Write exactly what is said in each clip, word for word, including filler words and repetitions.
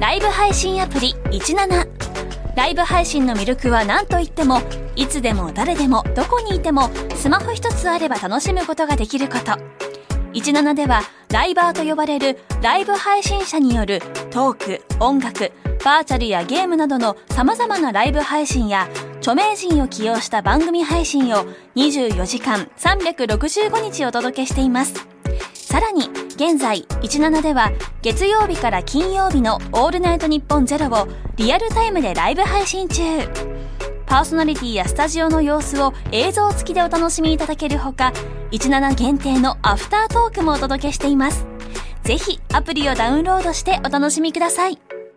ライブ配信アプリいちなな。ライブ配信の魅力は何といっても、いつでも誰でもどこにいてもスマホ一つあれば楽しむことができること。いちななではライバーと呼ばれるライブ配信者によるトーク、音楽、バーチャルやゲームなどの様々なライブ配信や著名人を起用した番組配信をにじゅうよじかんさんびゃくろくじゅうごにちお届けしています。さらに現在いちななでは月曜日から金曜日のオールナイトニッポンゼロをリアルタイムでライブ配信中。パーソナリティやスタジオの様子を映像付きでお楽しみいただけるほか、いちなな限定のアフタートークもお届けしています。ぜひアプリをダウンロードしてお楽しみください。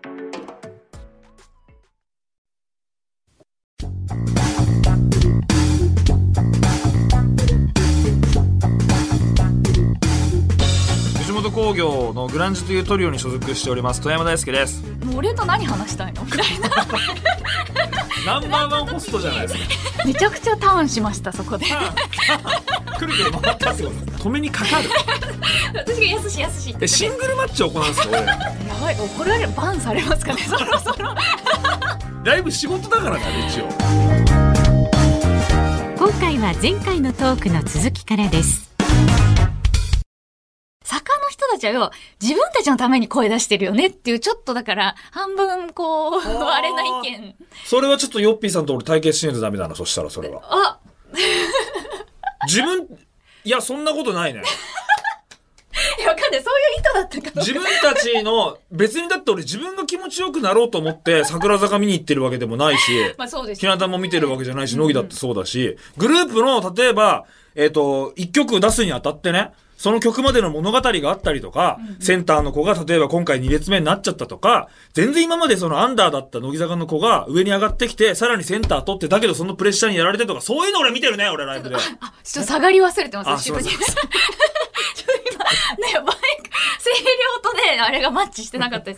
吉本興業のグランジというトリオに所属しております富山大輔です。 もう俺と何話したいのみたいなナンバーワンホストじゃないですか。 めちゃくちゃターンしました。そこでくるくる回ったってことです。止めにかかる私がやすしやすしってシングルマッチを行うんですよ。 やばい、怒られる、バンされますかねそろそろライブ仕事だからね一応。 今回は前回のトークの続きからです。 坂の人たちは要は自分たちのために声出してるよねっていう、ちょっとだから半分こうあれな意見。 それはちょっとヨッピーさんと俺対決しないとダメだな。そしたらそれはあ自分いやそんなことないねいやわかんない、そういう意図だったかどうか。 自分たちの別にだって俺自分が気持ちよくなろうと思って桜坂見に行ってるわけでもないしまあそうです、 ひなたも見てるわけじゃないし、乃木だってそうだし、グループの例えばえっと一曲出すにあたってね、その曲までの物語があったりとか、うんうん、センターの子が例えば今回に列目になっちゃったとか、全然今までそのアンダーだった乃木坂の子が上に上がってきて、さらにセンター取って、だけどそのプレッシャーにやられてとか、そういうの俺見てるね、俺ライブで。 あ、ちょっと下がり忘れてます、 後ろに。 ちょっと今、ね、バイク、声量とね、あれがマッチしてなかったです。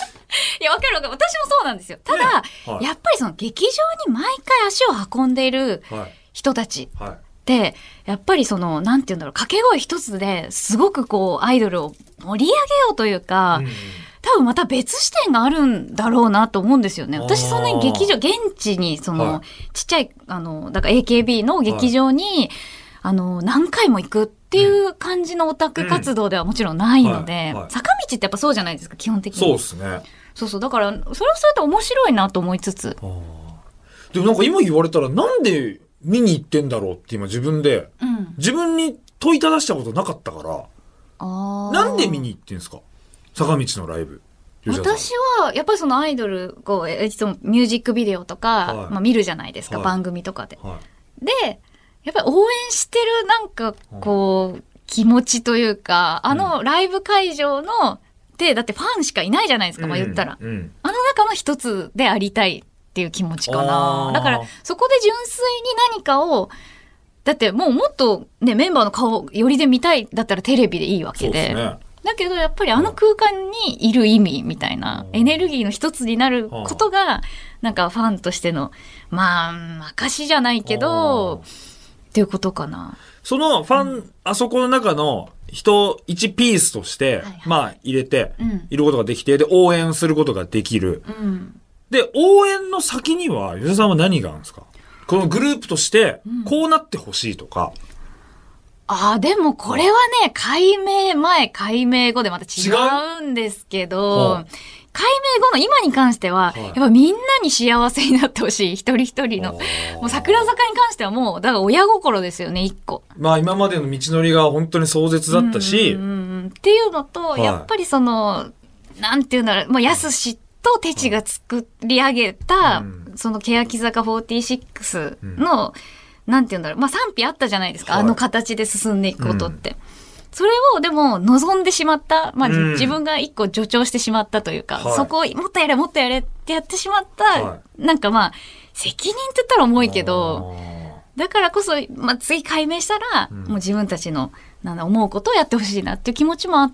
いや、わかるわかる。私もそうなんですよ。ただ、ね、はい、やっぱりその劇場に毎回足を運んでいる人たち。はいはい、でやっぱりそのなんていうんだろう、掛け声一つですごくこうアイドルを盛り上げようというか、うん、多分また別視点があるんだろうなと思うんですよね。私そんなに劇場現地にその、はい、ちっちゃいあのだから エーケービー の劇場に、はい、あの何回も行くっていう感じのオタク活動ではもちろんないので、うんはいはい、坂道ってやっぱそうじゃないですか基本的に。 そうですね。 そうそうだからそれはそれで面白いなと思いつつ、 でもなんか今言われたらなんで見に行ってんだろうって今自分で、うん、自分に問いただしたことなかったから、あなんで見に行ってんすか坂道のライブ。 私はやっぱりそのアイドルこういつもミュージックビデオとか、はいまあ、見るじゃないですか、はい、番組とかで、はい、でやっぱり応援してるなんかこう、はい、気持ちというかあのライブ会場のでだってファンしかいないじゃないですか、まあ、言ったら、うんうん、あの中の一つでありたいっていう気持ちかな。だからそこで純粋に何かをだってもうもっとねメンバーの顔をよりで見たいだったらテレビでいいわけ で, で、ね、だけどやっぱりあの空間にいる意味みたいなエネルギーの一つになることがなんかファンとしてのまあ証じゃないけどっていうことかな。 そのファン、うん、あそこの中の人いちピースとして、はいはい、まあ入れて、うん、いることができてで応援することができる、うんで、応援の先には、吉田さんは何があるんですか？このグループとして、こうなってほしいとか。うん、 ああ、でもこれはね、改名前、改名後でまた違うんですけど、改名後の今に関しては、はい、やっぱみんなに幸せになってほしい、一人一人の。もう桜坂に関してはもう、だから親心ですよね、一個。 まあ今までの道のりが本当に壮絶だったし。 うんうんうん、っていうのと、はい、やっぱりその、なんていうんだろう、もう安しとテチが作り上げた、うん、その欅坂フォーティーシックスの、うん、なんていうんだろう、まあ賛否あったじゃないですか、はい、あの形で進んでいくことって。うん、それをでも望んでしまった、まあ、うん、自分が一個助長してしまったというか、はい、そこをもっとやれもっとやれってやってしまった、はい、なんかまあ、責任って言ったら重いけど、だからこそ、まあ次解明したら、うん、もう自分たちの、なんだ、思うことをやってほしいなっていう気持ちもあって、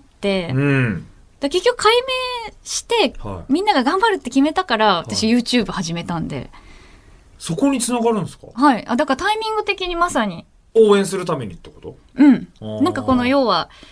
うんだ結局解明して、はい、みんなが頑張るって決めたから私 YouTube 始めたんで、はい、 そこに繋がるんですか？ はいあだからタイミング的にまさに応援するためにってこと？ うんなんかこの要は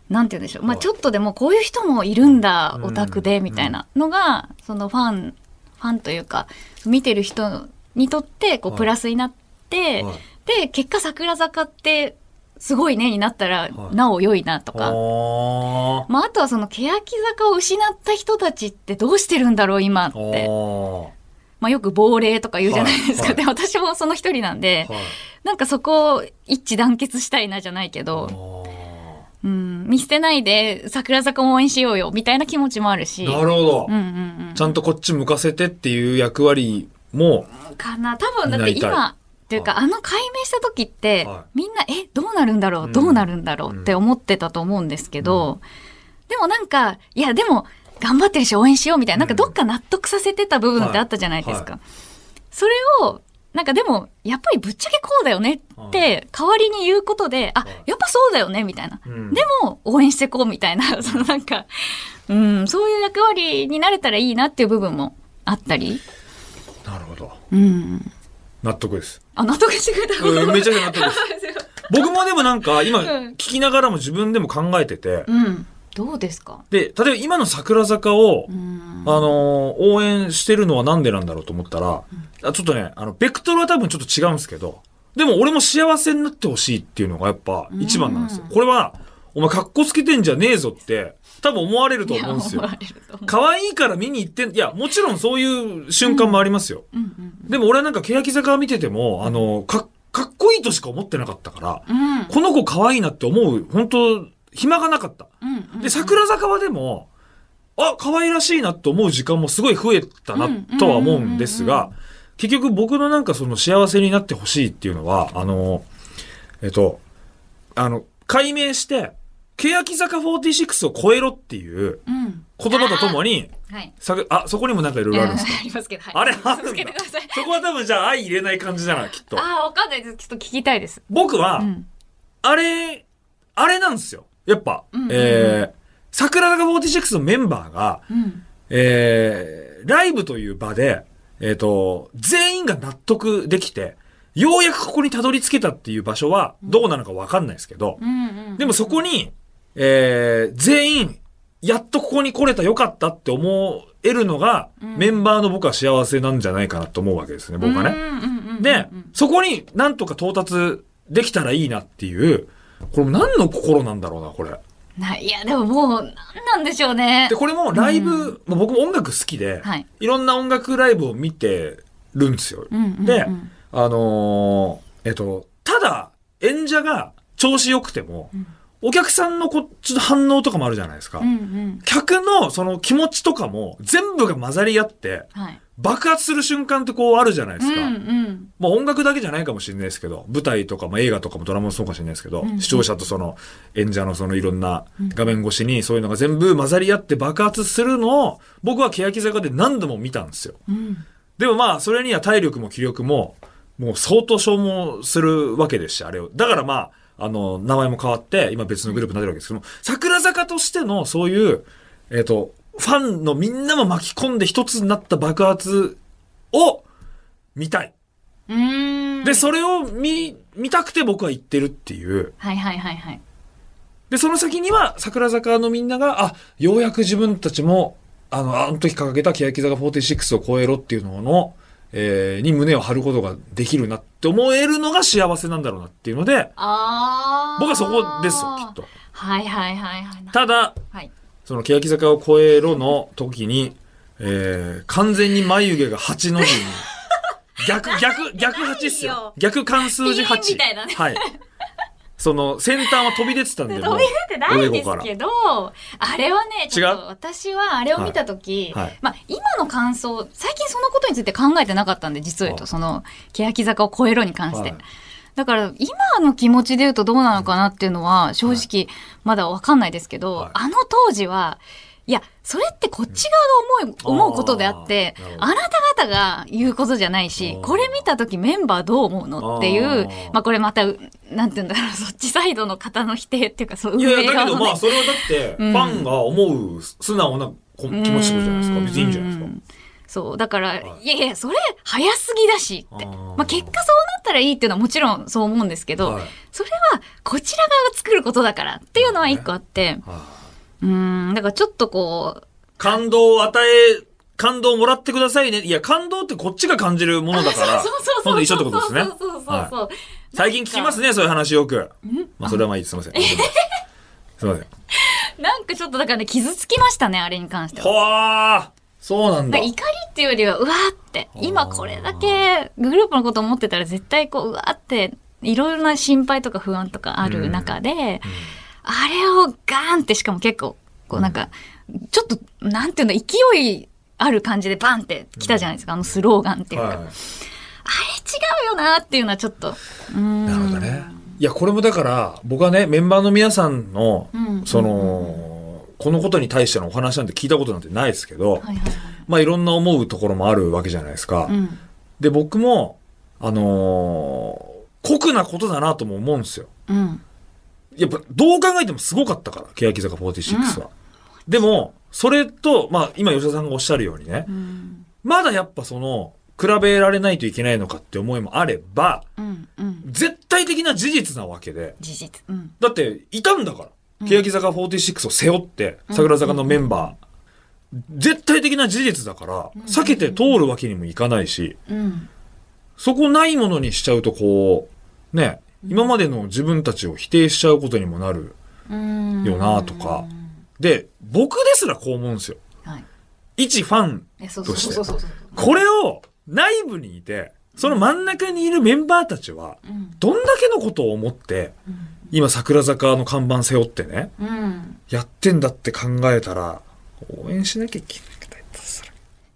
なんて言うんでしょう、まあ、ちょっとでもこういう人もいるんだ、 うんオタクでみたいなのが、そのファンファンというか見てる人にとってこうはいプラスになって、 はいで結果桜坂ってすごいねになったら、 はいなお良いなとか、 あまあ、あとはその欅坂を失った人たちってどうしてるんだろう今っーて、 あまあ、よく亡霊とか言うじゃないですか、 はいで私もその一人なんで、 ーはいなんかそこを一致団結したいなじゃないけあど、 ーうん、見捨てないで桜坂を応援しようよみたいな気持ちもあるし。 なるほど、 うんうんうん。 ちゃんとこっち向かせてっていう役割も、 かな。多分だって担いたい今、っていうか、あの解明した時って、 はみんな、え、どうなるんだろう、 うんどうなるんだろうって思ってたと思うんですけど、でもなんか、いや、でも、頑張ってるし応援しようみたいな、なんかどっか納得させてた部分ってあったじゃないですか。 はそれを、なんかでも、やっぱりぶっちゃけこうだよねって、代わりに言うことで、あ、やっぱそうだよねみたいな。 うんでも、応援してこうみたいな、そのなんか、うん、そういう役割になれたらいいなっていう部分もあったり。 なるほど。 うん。 納得です。 あ、納得してくれた。 うん、めちゃくちゃ納得です。僕もでもなんか、今、 うん聞きながらも自分でも考えてて、 うん。どうですか？ で、例えば今の桜坂を、 うん。 あのー応援してるのはなんでなんだろうと思ったら、あちょっとね、あの、ベクトルは多分ちょっと違うんですけど、でも俺も幸せになってほしいっていうのがやっぱ一番なんですよ。 うんこれは、お前格好つけてんじゃねえぞって、多分思われるといや思うんですよ思わ。れると思う可愛いから見に行ってん、いや、もちろんそういう瞬間もありますよ。 うんうんでも俺はなんか欅坂見てても、あの、か、かっこいいとしか思ってなかったから、 うん。 この子可愛いなって思う、本当暇がなかった。 うんうん。 で、桜坂はでも、あ、可愛らしいなって思う時間もすごい増えたなとは思うんですうんうんうんが、結局僕のなんかその幸せになってほしいっていうのは、あの、えっと、あの、解明して、欅坂フォーティシックスを超えろっていううん。 言葉とともに、 はい。 さくあ、そこにもなんかいろいろあるんですかありますけど、はい。 あれあるんだ続けてください。 そこは多分じゃあ愛入れない感じじゃない、きっと。 ああ、わかんないです。ちょっと聞きたいです。 僕は、 うん。 あれ、あれなんですよ。やっぱ、 うんうんうんえー、桜坂フォーティシックスのメンバーが、 うん。 えー、ライブという場で、えっ、と、全員が納得できて、ようやくここにたどり着けたっていう場所は、どうなのかわかんないですけど、 うんうん。 でもそこに、えー、全員、やっとここに来れたよかったって思えるのが、 うんメンバーの僕は幸せなんじゃないかなと思うわけですね、僕はね。 うんうんうんうん。 で、そこになんとか到達できたらいいなっていう、これも何の心なんだろうな、これ。 な、いや、でももう、なんなんでしょうねで、。これもライブ、 うんまあ僕も音楽好きで、 はい。 いろんな音楽ライブを見てるんですよ。 うんうんうん。 で、あのーえっと、ただ、演者が調子良くても、 うんお客さんのこっちの反応とかもあるじゃないですか。 うんうん。 客のその気持ちとかも全部が混ざり合って、 はい。 爆発する瞬間ってこうあるじゃないですか。 うんうん。 まあ音楽だけじゃないかもしれないですけど、舞台とか、まあ映画とかもドラマもそうかもしれないですけど、 うん視聴者とその演者のそのいろんな画面越しにそういうのが全部混ざり合って爆発するのを、僕は欅坂で何度も見たんですよ。 うん。 でもまあそれには体力も気力も、もう相当消耗するわけですし、あれを。だからまあ、あの、名前も変わって、今別のグループになってるわけですけども、桜坂としてのそういう、えっと、ファンのみんなも巻き込んで一つになった爆発を見たい。 うーん。 で、それを見、見たくて僕は行ってるっていう。 はいはいはいはい。 で、その先には桜坂のみんなが、あ、ようやく自分たちも、あの、あの時掲げた欅坂フォーティシックスを超えろっていうのの、えー、に胸を張ることができるなって思えるのが幸せなんだろうなっていうので、 ああ。 僕はそこですよ、きっと。 はいはいはいはい。 ただ、 はい。 その欅坂を超えろの時に、えー、完全に眉毛がはちの字に、逆、逆、逆はちっすよ。逆関数字はち。 ピーンみたいなねはい。その、先端は飛び出てたんで、 飛び出てないですけど、あれはね、ちょっと違う私はあれを見たとき、 はいはいまあ今の感想、最近そのことについて考えてなかったんで、実を言うと、 はいその、欅坂を超えろに関して。 はいだから今の気持ちで言うとどうなのかなっていうのは正直まだわかんないですけど、 はいあの当時は、いや、それってこっち側が思い、思うことであってあーなる、ほどあなた方が言うことじゃないしあー、 これ見たときメンバーどう思うのっていうあー、 まあこれまた、なんて言うんだろう、そっちサイドの方の否定っていうか、そう、運いやい営側のねやだけどまあ、それはだって、フうんァンが思う素直なこ気持ちってことじゃないですか。別にいいんじゃないですか。 そう。だから、 はいいやいや、それ早すぎだしって。 あーまあ結果そうなったらいいっていうのはもちろんそう思うんですけど、 はいそれはこちら側が作ることだからっていうのは一個あって、 はうーん、だからちょっとこう、 感動を与え、感動をもらってくださいね。いや、感動ってこっちが感じるものだから、 そうそうそう今度一緒ってことですね。 そうそうそうそうそう、 最近聞きますね、そういう話よく。まあ、それはまあいい。すいません。すいません。 なんかちょっとだからね、傷つきましたね、あれに関しては。 はあ、そうなんだ。 だから怒りっていうよりは、うわーって、今これだけグループのこと思ってたら絶対こう、うわーって、いろいろな心配とか不安とかある中で、あれをガーンってしかも結構、こうなんか、ちょっと、なんていうんだ、勢いある感じでバンって来たじゃないですか、あのスローガンっていうか。 はい、 あれ違うよなーっていうのはちょっと、うーん。 なるほどね。いや、これもだから、僕はね、メンバーの皆さんの、 うんその、このことに対してのお話なんて聞いたことなんてないですけど、 はいはいはい。 まあいろんな思うところもあるわけじゃないですか。 うん。 で、僕も、あのー酷なことだなとも思うんですよ。 うん。 やっぱ、どう考えてもすごかったから、欅坂フォーティシックスは。でも、それと、まあ、今吉田さんがおっしゃるようにね、 うん。 まだやっぱその、比べられないといけないのかって思いもあれば、 うん。うん。 絶対的な事実なわけで、 事実。うん。 だって、いたんだから。欅坂フォーティシックスを背負って、桜坂のメンバー、絶対的な事実だから、避けて通るわけにもいかないし、 うん。 そこないものにしちゃうとこう、ね、今までの自分たちを否定しちゃうことにもなるうん。 よなとか。で、僕ですらこう思うんですよ。 はい。 一ファンえ、そうそうとして。 そうそうそう。 これを内部にいて、その真ん中にいるメンバーたちは、 うん。 どんだけのことを思って、今桜坂の看板背負ってね、 うん。 やってんだって考えたら、応援しなきゃいけなくないとする。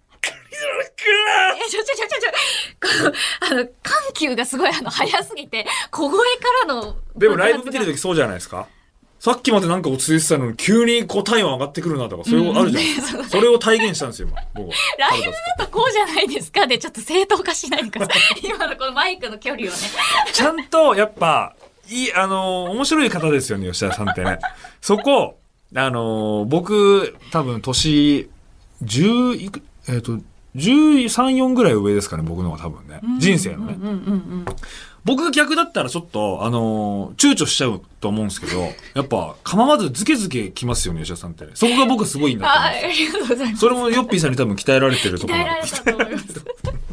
え、ちょちょちょちょちょ、この、あの、緩急がすごい、あの、早すぎて、小声からの。 でもライブ見てるときそうじゃないですか。さっきまでなんか落ち着いてたのに急にこう体温上がってくるなとかそういうのあるじゃないですか。それを体現したんですよ、今。僕はライブだとこうじゃないですかで、ちょっと正当化しないでください。今のこのマイクの距離をね。 ちゃんと、やっぱ、いい、あのー面白い方ですよね、吉田さんってね。そこ、あのー僕、多分年、じゅういく、えっ、と、じゅうさん、よんぐらい上ですかね、僕の方が多分ね。人生のね。 うんうんうん。 僕が逆だったらちょっと、あのー躊躇しちゃうと思うんですけど、やっぱ、構わずズケズケ来ますよね、吉田さんってね。そこが僕すごいんだと思あ、 うんですよ。 ありがとうございます。 それもヨッピーさんに多分鍛えられてるところ鍛えられたと思います。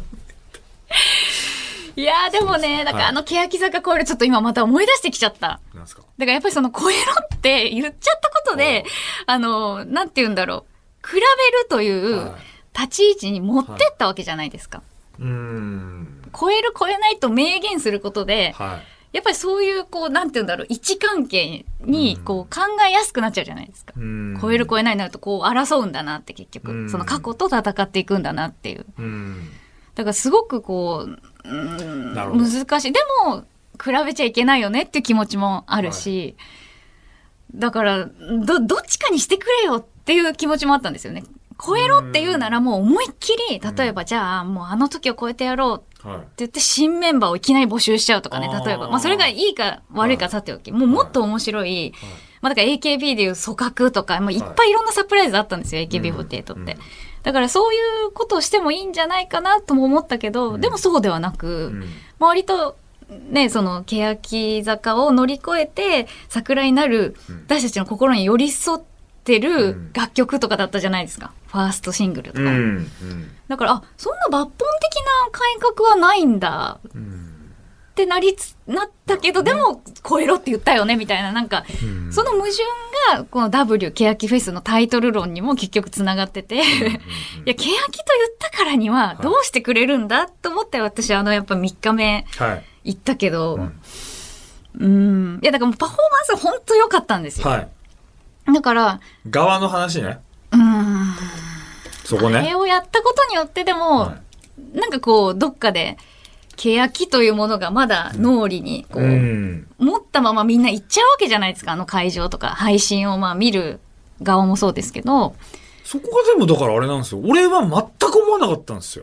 いやーでもね、だからあの欅坂超えるちょっと今また思い出してきちゃった。 なんですか。 だからやっぱりその超えろって言っちゃったことで、あの、なんて言うんだろう。比べるというはい立ち位置に持ってったわけじゃないですか。 うーん。 超える超えないと明言することで、 はい。 やっぱりそういうこう、なんて言うんだろう、位置関係にこう考えやすくなっちゃうじゃないですか。 うーん超える超えないになるとこう争うんだなって結局、 うんその過去と戦っていくんだなっていう。 うーん。 だからすごくこう、うーんなるほど難しい。でも、比べちゃいけないよねっていう気持ちもあるし、だから、ど、どっちかにしてくれよっていう気持ちもあったんですよね。超えろっていうならもう思いっきり、例えばじゃあもうあの時を超えてやろうはい。 って言って新メンバーをいきなり募集しちゃうとかね、 あー例えば。まあそれがいいか悪いかさておき、もうもっと面白い、まあだから エーケービー でいう組閣とか、もういっぱいいろんなサプライズあったんですよ、エーケービーフォーティーエイト って。だからそういうことをしてもいいんじゃないかなとも思ったけど、でもそうではなく、 うんまあ割と、ね、その、欅坂を乗り越えて、桜になる、私たちの心に寄り添ってる楽曲とかだったじゃないですか。ファーストシングルとか。 うん。うん。 だから、あ、そんな抜本的な改革はないんだうん。 ってなりつ、なったけど、でも、超えろって言ったよね、みたいな、なんか、 うんその矛盾が、この ダブリュー 欅フェスのタイトル論にも結局つながってて、いや、欅と言ったからには、どうしてくれるんだと思って、私、あの、やっぱみっかめはい。 行ったけど、 うんうん、いや、だからもうパフォーマンス本当良かったんですよ。 はい。 だから、 側の話ね。 うん、 そこね。 あれをやったことによってでも、 はなんかこう、どっかで、欅というものがまだ脳裏にこう、 うん。 持ったままみんな行っちゃうわけじゃないですか、あの会場とか、配信をまあ見る側もそうですけど、 そこがでもだからあれなんですよ。俺は全く思わなかったんですよ。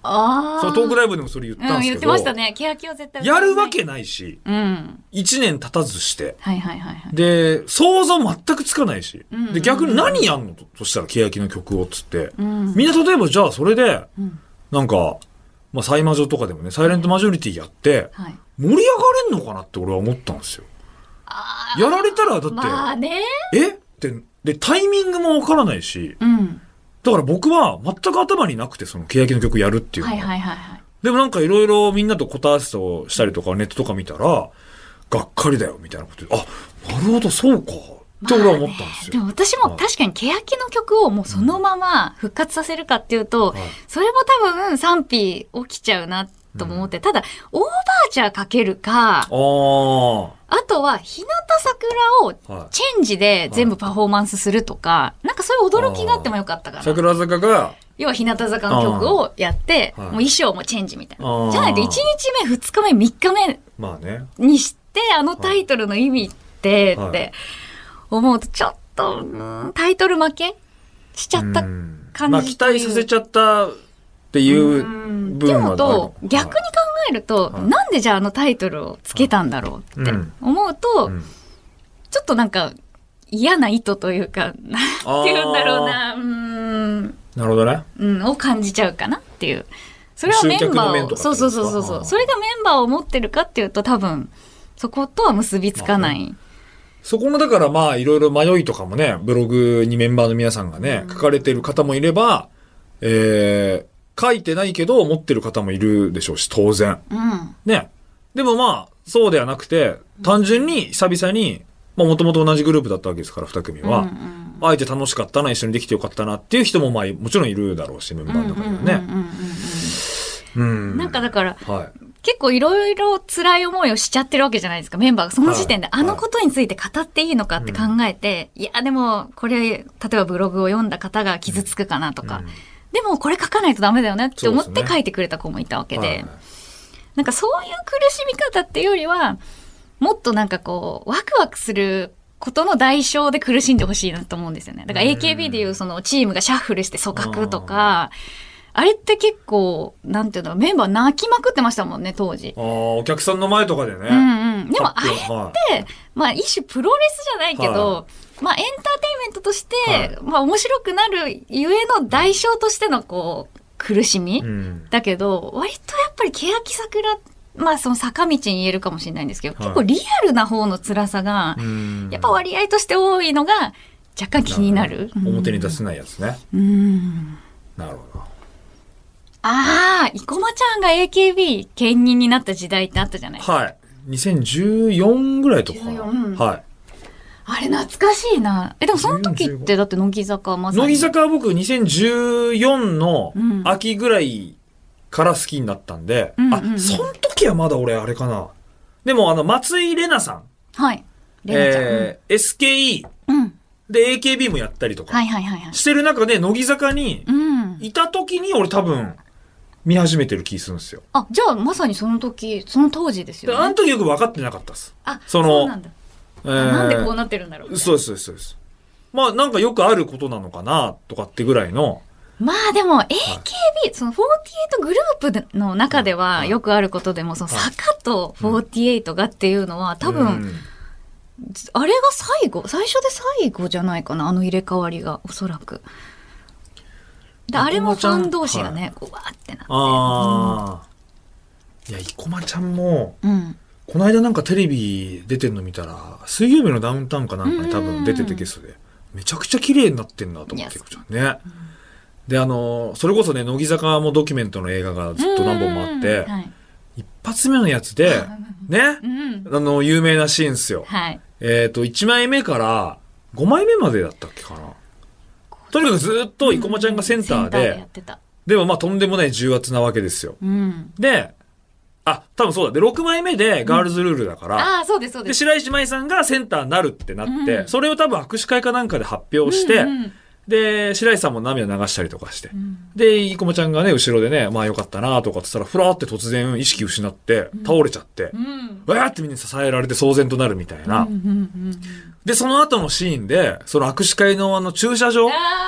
ああ。 そのトークライブでもそれ言ったんうん、 ですけど。 言ってましたね。欅は絶対やるわけないし、 うん。 一年経たずして。 はいはいはいはい。 で、想像全くつかないし。 うんうんうんで、逆に何やんのととしたら、欅の曲をっつって。 うん。 みんな例えばじゃあそれで、 うんなんか、まあ、サイマジョとかでもね、サイレントマジョリティやって、 はい。 盛り上がれんのかなって俺は思ったんですよ。 あやられたら、だって、 まあね。 えって、で、タイミングもわからないし、 うん。 だから僕は全く頭になくて、その欅の曲やるっていうのはは。 いはいはいはい。 でもなんかいろいろみんなと答え合わせをしたりとか、ネットとか見たら、がっかりだよ、みたいなことで、あ、なるほど、そうか、って俺は思ったんですよ。 でも私も確かに欅の曲をもうそのまま復活させるかっていうと、 はいそれも多分賛否起きちゃうなとも思って、ただ、オーバーチャーかけるか、 ああ。 あとは、日向桜をはいチェンジで全部パフォーマンスするとか、なんかそういう驚きがあってもよかったかな。 桜坂が、 要は日向坂の曲をやって、 はいもう衣装もチェンジみたいあーな。じゃないといちにちめ、ふつかめ、みっかめまあね。 にして、あのタイトルの意味って、 はいって思うと、ちょっと、うんタイトル負けしちゃったうん感じまあ期待させちゃったっていううん部分はあるって思うと、逆に考えると、 はいなんでじゃああのタイトルをつけたんだろうってうん思うと、 うんちょっとなんか嫌な意図というか、なんて言うんだろうな、うーん、 なるほどね。 うん、を感じちゃうかなっていう。それはメン集客のバーを、 面とかそうそうそうそうそう。 あーそれがメンバーを持ってるかっていうと多分、そことは結びつかない。 そこのだからまあいろいろ迷いとかもね、ブログにメンバーの皆さんがね、書かれてる方もいれば、えー、書いてないけど持ってる方もいるでしょうし、当然。 うん。 ね。でもまあ、そうではなくて、単純に久々に、まあもともと同じグループだったわけですから、二組は。 うんうんあえて楽しかったな、一緒にできてよかったなっていう人もまあもちろんいるだろうし、メンバーの中にはね。 うんうんうんうんうん。 なんかだから、 はい。 結構いろいろ辛い思いをしちゃってるわけじゃないですか、メンバーが。その時点で、 はいあのことについて語っていいのかって考えて、いや、でも、これ、例えばブログを読んだ方が傷つくかなとか、 うんでもこれ書かないとダメだよねって思っそうですねて書いてくれた子もいたわけで、 はいなんかそういう苦しみ方っていうよりは、もっとなんかこう、ワクワクすることの代償で苦しんでほしいなと思うんですよね。だから エーケービー でいうそのチームがシャッフルして組閣とか、あれって結構、なんていうの、メンバー泣きまくってましたもんね、当時。 ああ、お客さんの前とかでね。 うんうん。でもあれ発表はいって、まあ一種プロレスじゃないけど、 はまあエンターテインメントとして、 はいまあ面白くなるゆえの代償としてのこう、苦しみ、 うん。 だけど、割とやっぱり欅桜、まあその坂道に言えるかもしれないんですけど、 はい結構リアルな方の辛さが、 うんやっぱ割合として多いのが若干気になる。 表に出せないやつね。 うん。 なるほど。 ああ、生駒ちゃんが エーケービー 兼任になった時代ってあったじゃないですか。 はい。にせんじゅうよんぐらいとかかな。 じゅうよんはい。 あれ懐かしいな。え、でもその時ってだって乃木坂まさに。 乃木坂は僕にせんじゅうよんのうん秋ぐらいから好きになったんで、 うんうんうんあ、その時はまだ俺あれかな。でもあの、松井玲奈さん、 はい。レナちゃん。 えー、エスケーイーうん。うん。 で エーケービー もやったりとかはいはいはいはい。 してる中で乃木坂にうん。 いた時に俺多分見始めてる気するんですよ。 あ、じゃあまさにその時、その当時ですでよね。 あの時よく分かってなかったです。 あ、 そのそうなんだ。 えーなんでこうなってるんだろう。 そうです、そうです、そうです。まあなんかよくあることなのかなとかってぐらいの、 まあでも エーケービー、そのフォーティーエイトグループの中ではよくあることでも、そのはい坂とフォーティーエイトがっていうのは多分、 うんあれが最後、最初で最後じゃないかな、あの入れ替わりが、おそらく。で、あれもファン同士がね、こうわーってなって。 ああ、いや、生駒ちゃんも、 うん。 この間なんかテレビ出てんの見たら、水曜日のダウンタウンかなんかに多分出ててゲストで、めちゃくちゃ綺麗になってんなと思って、 いや生駒ちゃんね。で、あの、それこそね、乃木坂もドキュメントの映画がずっと何本もあってうん、はい。 一発目のやつで、ねう、ん。 あの、有名なシーンですよ。 はい。 えっと、いちまいめからごまいめまでだったっけかな。とにかくずっと生駒ちゃんがセンターセンターでやでっ、てた。 でもまあとんでもない重圧なわけですよ。 うん。 で、あ、多分そうだ。で、ろくまいめでガールズルールだから、 ああ、そうです、そうでで、 す。 白石麻衣さんがセンターになるってなって、 うんそれを多分握手会かなんかで発表して、 うんうんで、白石さんも涙流したりとかして、 うんで、生駒ちゃんがね、後ろでね、まあよかったなとかって言ったら、ふらーって突然意識失って、倒れちゃって、 うん。 わーってみんなに支えられて騒然となるみたいな。 うんうんうんで、その後のシーンで、その握手会のあの駐車場あ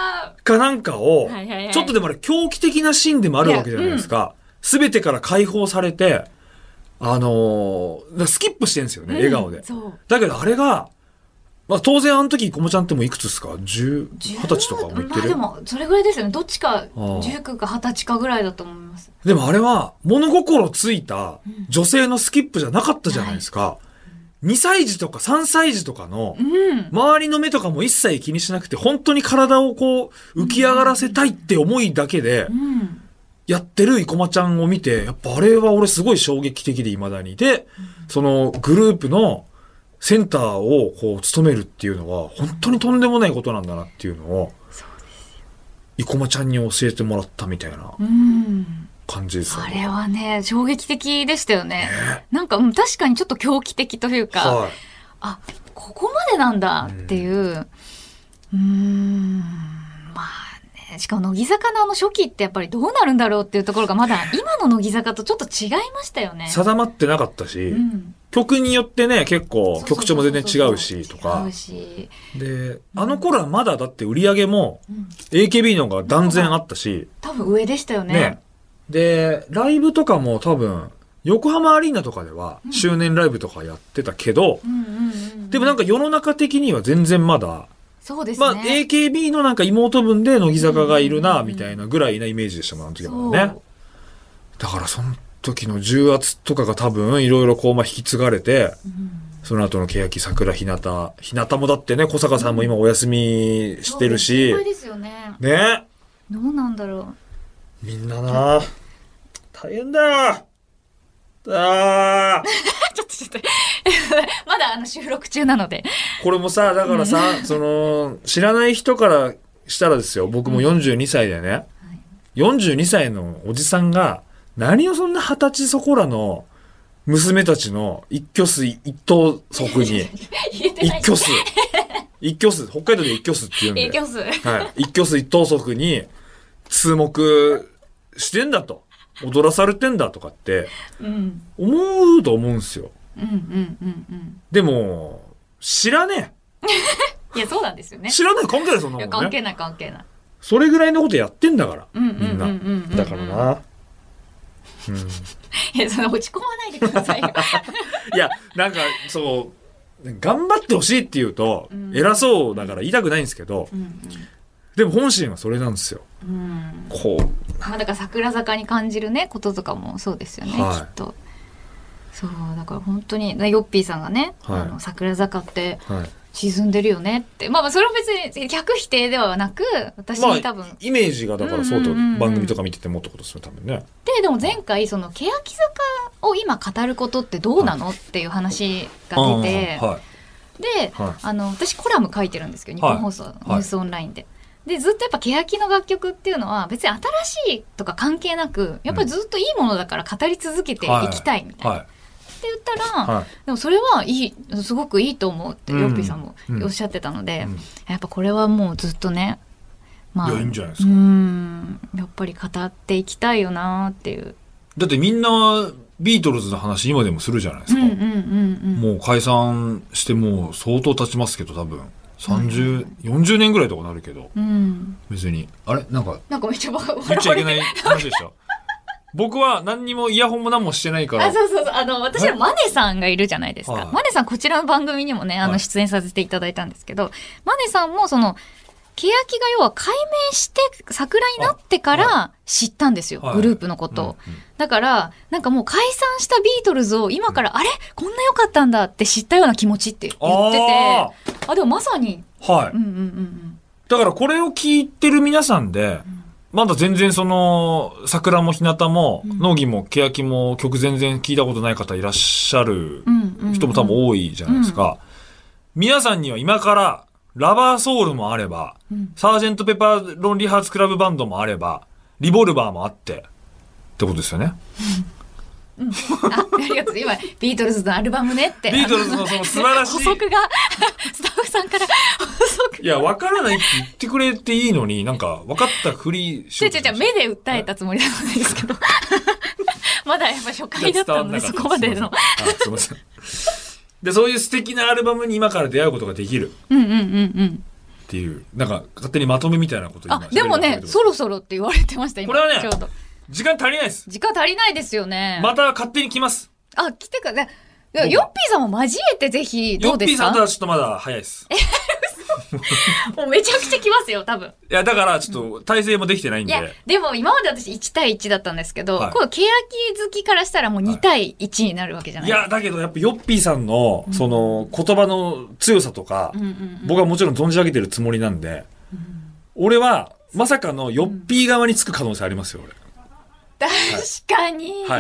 かなんかを、 はいはいはい、 ちょっとでもあれ狂気的なシーンでもあるわけじゃないですか。すべ、うん、てから解放されて、あのー、スキップしてるんですよね、うん、笑顔で。だけどあれが、まあ当然あの時、こもちゃんってもいくつですか ?10、二十歳とかも言ってる。まあでも、それぐらいですよね。どっちか、じゅうきゅうかはたちかぐらいだと思います。 でもあれは、物心ついた女性のスキップじゃなかったじゃないですか。うん、にさい児とかさんさい児とかの、周りの目とかも一切気にしなくて、本当に体をこう、浮き上がらせたいって思いだけで、やってる生駒ちゃんを見て、やっぱあれは俺すごい衝撃的で未だに。で、そのグループのセンターをこう務めるっていうのは、本当にとんでもないことなんだなっていうのを、生駒ちゃんに教えてもらったみたいな感じですよね。 あれはね、衝撃的でしたよね。ね、なんか、うん、確かにちょっと狂気的というか、はい、あ、ここまでなんだっていう、うーん、まあね、しかも乃木坂のあの初期ってやっぱりどうなるんだろうっていうところがまだ今の乃木坂とちょっと違いましたよね。 定まってなかったし、うん、曲によってね、結構曲調も全然違うしとか。違うし。で、あの頃はまだだって売り上げも エーケービー の方が断然あったし。 多分上でしたよね。ね。 で、ライブとかも多分、横浜アリーナとかでは周年ライブとかやってたけど、でもなんか世の中的には全然まだ、 そうですね。 まあ エーケービー のなんか妹分で乃木坂がいるな、みたいなぐらいなイメージでしたもん、あの時はね。だからその時の重圧とかが多分いろいろこうまあ引き継がれて、うん、その後の欅桜ひなた、ひなたもだってね、小坂さんも今お休みしてるし。 そうですよね。 ね。 どうなんだろう。 みんなな大変だよあちょっとちょっとまだあの収録中なのでこれもさだからさその知らない人からしたらですよ僕もよんじゅうにさいでね、うん、よんじゅうにさいのおじさんが何をそんな二十歳そこらの娘たちの一挙数一等足に一挙数一挙数北海道で一挙数って言うんで一挙数はい一挙数一等足に注目してんだと踊らされてんだとかって思うと思うんですよ、うんうんうんうん、でも知らねえいやそうなんですよね知らない関係ないそんなもんね関係ない関係ないそれぐらいのことやってんだからみんなだからな、 うん、いやその落ち込まないでくださいよいやなんかそう頑張ってほしいって言うと、うん、偉そうだから言いたくないんですけど、うんうん、でも本心はそれなんですよ、うん、こうまあだから桜坂に感じるねこととかもそうですよね、はい、きっとそうだから本当にヨッピーさんがね、はい、あの桜坂って沈んでるよねって、はい、まあまあそれは別に逆否定ではなく私に多分、まあ、 イメージがだからそうと番組とか見ててもってことですよ多分ねででも前回その欅坂を今語ることってどうなの、はい、っていう話が出て、はい、で、はい、あの私コラム書いてるんですけど日本放送、はい、ニュースオンラインででずっとやっぱ欅の楽曲っていうのは別に新しいとか関係なくやっぱりずっといいものだから語り続けていきたいみたいな、はいはい、って言ったら、はい、でもそれはいいすごくいいと思うってヨッピーさんもおっしゃってたので、うんうん、やっぱこれはもうずっとねまあいやいいんじゃないですかうんやっぱり語っていきたいよなっていうだってみんなビートルズの話今でもするじゃないですか、うんうんうんうん、もう解散してもう相当経ちますけど多分さんじゅう、うん、よんじゅうねんぐらいとかなるけど、うん、別にあれなんかなんかめっちゃバカ言っちゃいけない話でした僕は何にもイヤホンも何もしてないからあそうそうそうあの私のマネさんがいるじゃないですか、はい、マネさんこちらの番組にもねあの出演させていただいたんですけど、はい、マネさんもその欅が要は改名して桜になってから知ったんですよ、はい、グループのことを、はいうんうん、だからなんかもう解散したビートルズを今から、うん、あれこんな良かったんだって知ったような気持ちって言ってて あ, あでもまさにはい、うんうんうんうん、だからこれを聞いてる皆さんで、うん、まだ全然その桜も日向も乃木、うん、も欅も曲全然聞いたことない方いらっしゃる人も多分多いじゃないですか、うんうんうん、皆さんには今からラバーソウルもあれば、うん、サージェントペパーロンリーハーツクラブバンドもあればリボルバーもあってってことですよね、 うん、あ, ありがとう今ビートルズのアルバムねってビートルズのその素晴らしい補足がスタッフさんから補足いや分からないって言ってくれていいのになんか分かったふりしようと違う違う目で訴えたつもりだったんですけどまだやっぱ初回だったのでそこまでのすいませんでそういう素敵なアルバムに今から出会うことができる、 うんうんうんうん、 っていう、なんか勝手にまとめみたいなこと言いまあ、 した。 でもね、そろそろって言われてました、今。 これはねちょうど。 時間足りないです。 時間足りないですよね。 また勝手に来ます。 あ、来てください。ヨッピーさんも交えてぜひ、どうですか？ ヨッピーさんとはちょっとまだ早いです。 もうめちゃくちゃ来ますよ、多分。 いや、だからちょっと体制もできてないんで。 いや、でも今まで私いち対いちだったんですけど、 はい、 こう、欅好きからしたらもうに対いちになるわけじゃないですか。 いや、だけどやっぱヨッピーさんの、その、言葉の強さとか、うんうんうん、僕はもちろん存じ上げてるつもりなんで、うん、俺は、まさかのヨッピー側につく可能性ありますよ、俺。 確かに、 はい、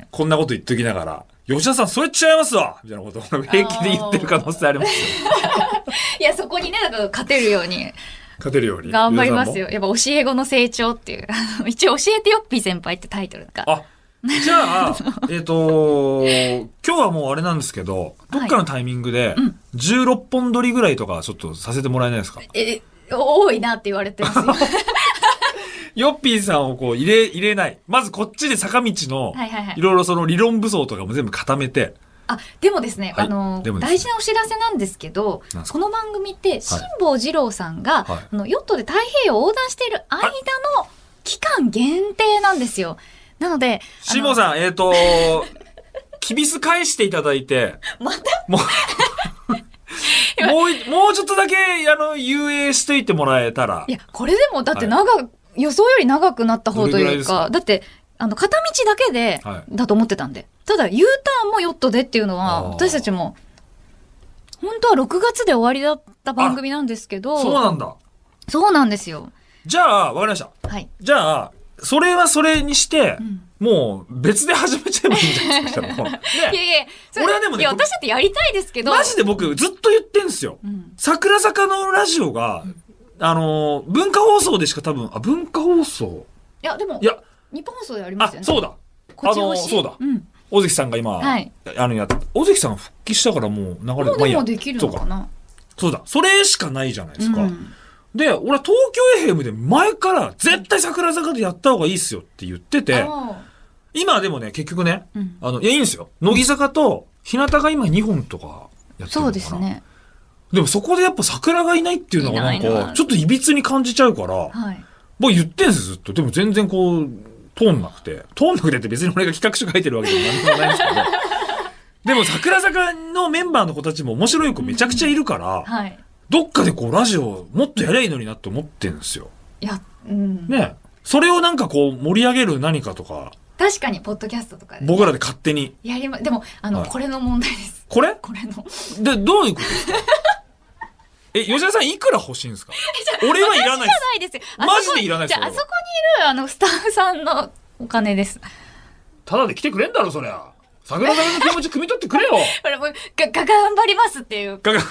こんなこと言っときながら、吉田さん、それ違いますわみたいなことを平気で言ってる可能性ありますよ。 いや、そこにね、だから勝てるように。 勝てるように。 頑張りますよ。やっぱ教え子の成長っていう。一応教えてよっぴー先輩ってタイトルが。 あ、じゃあ、えっと、今日はもうあれなんですけど、どっかのタイミングで、じゅうろっぽん撮りぐらいとかちょっとさせてもらえないですか？ え、多いなって言われてますよ。 ヨッピーさんをこう入れ、入れない。まずこっちで坂道の、いろいろその理論武装とかも全部固めて。 あ、でもですね、はい、あの、ね、大事なお知らせなんですけど、この番組って、辛坊治郎さんが、はい、あのヨットで太平洋を横断している間の期間限定なんですよ。なので、 辛坊さん、えっと、きびす返していただいて、 またもう、もう、もうちょっとだけ、あの、遊泳しといてもらえたら。 いや、これでも、だって長、はい、予想より長くなった方というか、だって、あの、片道だけで、だと思ってたんで。はい、ただ、U ターンもヨットでっていうのは、私たちも、本当はろくがつで終わりだった番組なんですけど。 そうなんだ。 そうなんですよ。 じゃあ、わかりました。はい。じゃあ、それはそれにして、うん、もう別で始めちゃえばいいんじゃないですか。ね、 いやいや、 俺はでもね、 いや、私だってやりたいですけど。 マジで僕ずっと言ってんすよ。うん、桜坂のラジオが、うん、あの、文化放送でしか多分、あ、文化放送いや、でも、 いや、 日本放送でありますよね。 あ、そうだ。 こっちあの、そうだ。うん。大関さんが今、 はい、 あの、やっ大関さん復帰したからもう流れもうでもできるのかな、 まあ、そうだ。それしかないじゃないですか。うん、で、俺は東京 エフエム で前から絶対桜坂でやった方がいいっすよって言ってて、今でもね、結局ね、うん、あの、いや、いいんですよ。乃木坂と日向が今にほんとかやってるのかな。 そうですね。 でもそこでやっぱ桜がいないっていうのがなんか、ちょっといびつに感じちゃうから、はい、僕言ってんすよ、ずっと。でも全然こう、通んなくて。通んなくてって別に俺が企画書書いてるわけでも何もないんですけど。でも桜坂のメンバーの子たちも面白い子めちゃくちゃいるから、うんはい、どっかでこうラジオもっとやりゃいいのになって思ってるんですよ。 いや、うん。 ね。それをなんかこう盛り上げる何かとか。 確かに、ポッドキャストとかで、ね。 僕らで勝手に。 やりま、でも、あの、はい、これの問題です。 これこれの。 で、どういうことですかえ、吉田さんいくら欲しいんですか？俺はいらないです。 じゃないですよ。 マジでいらないですよ。 じゃあ、あそこにいる、あの、スタッフさんのお金です。 ただで来てくれんだろ、そりゃ。桜坂の気持ち汲み取ってくれよ。 これもう、が、が、頑張りますっていう。がが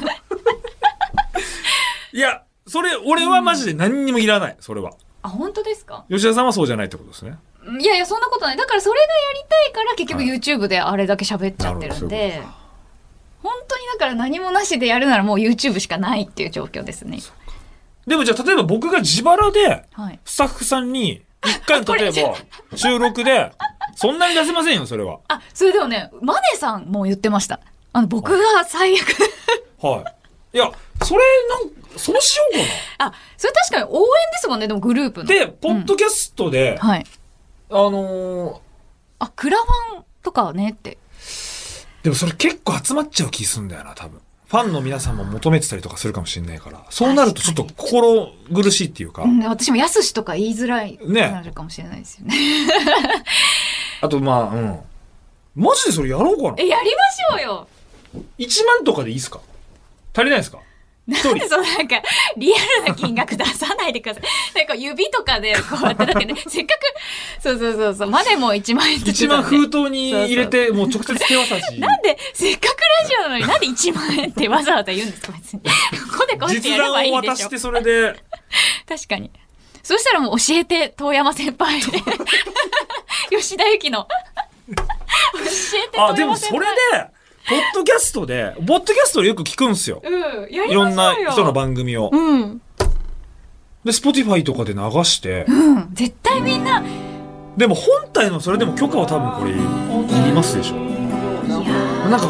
いや、それ、俺はマジで何にもいらない、それは。 あ、本当ですか？ 吉田さんはそうじゃないってことですね。 いやいや、そんなことない。だからそれがやりたいから、結局 YouTube であれだけ喋っちゃってるんで。はい本当にだから何もなしでやるならもう YouTube しかないっていう状況ですね。 でもじゃあ例えば僕が自腹でスタッフさんに一回の例えば収録でそんなに出せませんよそれは。 あ、それでもねマネさんも言ってました。あの僕が最悪はい。いやそれなんそうしようかな。あ、それ確かに応援ですもんねでもグループの。 でポッドキャストで、 うん、はい。 あのー、 あクラファンとかねって。 でもそれ結構集まっちゃう気するんだよな、多分。ファンの皆さんも求めてたりとかするかもしれないから。そうなるとちょっと心苦しいっていうか。 うん、私もやすしとか言いづらいなるかもしれないですよね。ねあとまあ、うん。マジでそれやろうかな。 え、やりましょうよ。 いちまんとかでいいですか？足りないですか？ なんでそうなんか、リアルな金額出さないでください。なんか指とかでこうやってだってね、せっかく、そうそうそうそう、マネもいちまんえんっていちまん封筒に入れて、もう直接手渡し。 なんで、せっかくラジオなのになんでいちまんえんってわざわざ言うんですか別に。ここでこうやってやればいいでしょ。 実弾を渡してそれで。 確かに。そしたらもう教えて、遠山先輩で。吉田ゆきの。教えて、遠山先輩。 あ、でもそれで、ポッドキャストで、ポッドキャストでよく聞くんすよ。 うん。やりましょうよ。 いろんな人の番組を。 うん。 で、Spotify とかで流して。 うん。絶対みんな。 でも本体のそれでも許可は多分これいりますでしょ。なんか、い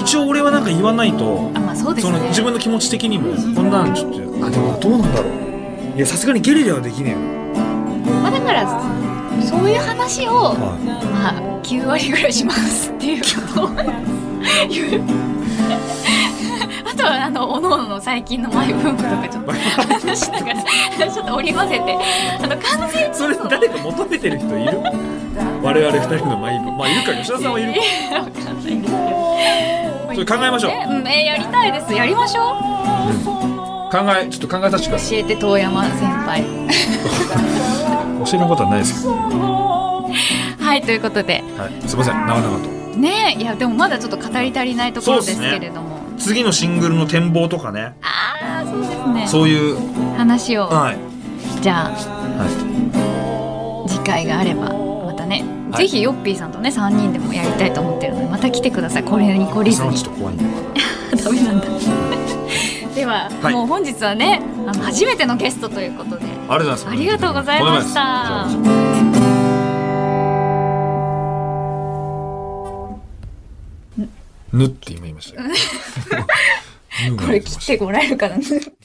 一応俺はなんか言わないと、 あ、まあそうですね。 その自分の気持ち的にもこんなんちょっと、あ、でもどうなんだろう。いやさすがにゲリラはできねえよ。 まあだからそういう話を、 はいまあきゅうわりぐらいしますっていうことを言う。あとはあのおのおのの最近のマイブームとかちょっと話しながらちょっと織り交ぜて、あの完全にそれ誰か求めてる人いる？我々二人のマイブーム、まあいるか、吉田さんはいるか。 いやわかんないですけど。 それ考えましょう。 ね、うん、えーやりたいです。やりましょう。 考え、ちょっと考えさせてください。 教えて遠山先輩。 教えることはないですけど。 はい、ということで、 はい、すみません、長々と。 ねえ、いやでもまだちょっと語り足りないところですけれども、 次のシングルの展望とかね、 ああそうですね、 そういう話を、 はいじゃあは次回があればまたね、 はいぜひヨッピーさんとねさんにんでもやりたいと思ってるので、また来てください。これに懲りい。それはずに。 ちょっと怖いんだよ。 ダメなんだ。では、 はいもう本日はね、あの初めてのゲストということで、 ありがとうございます。 ありがとうございました。 とんでもないです。ぬって今言いましたよ。ぬがこれ切ってもらえるかな。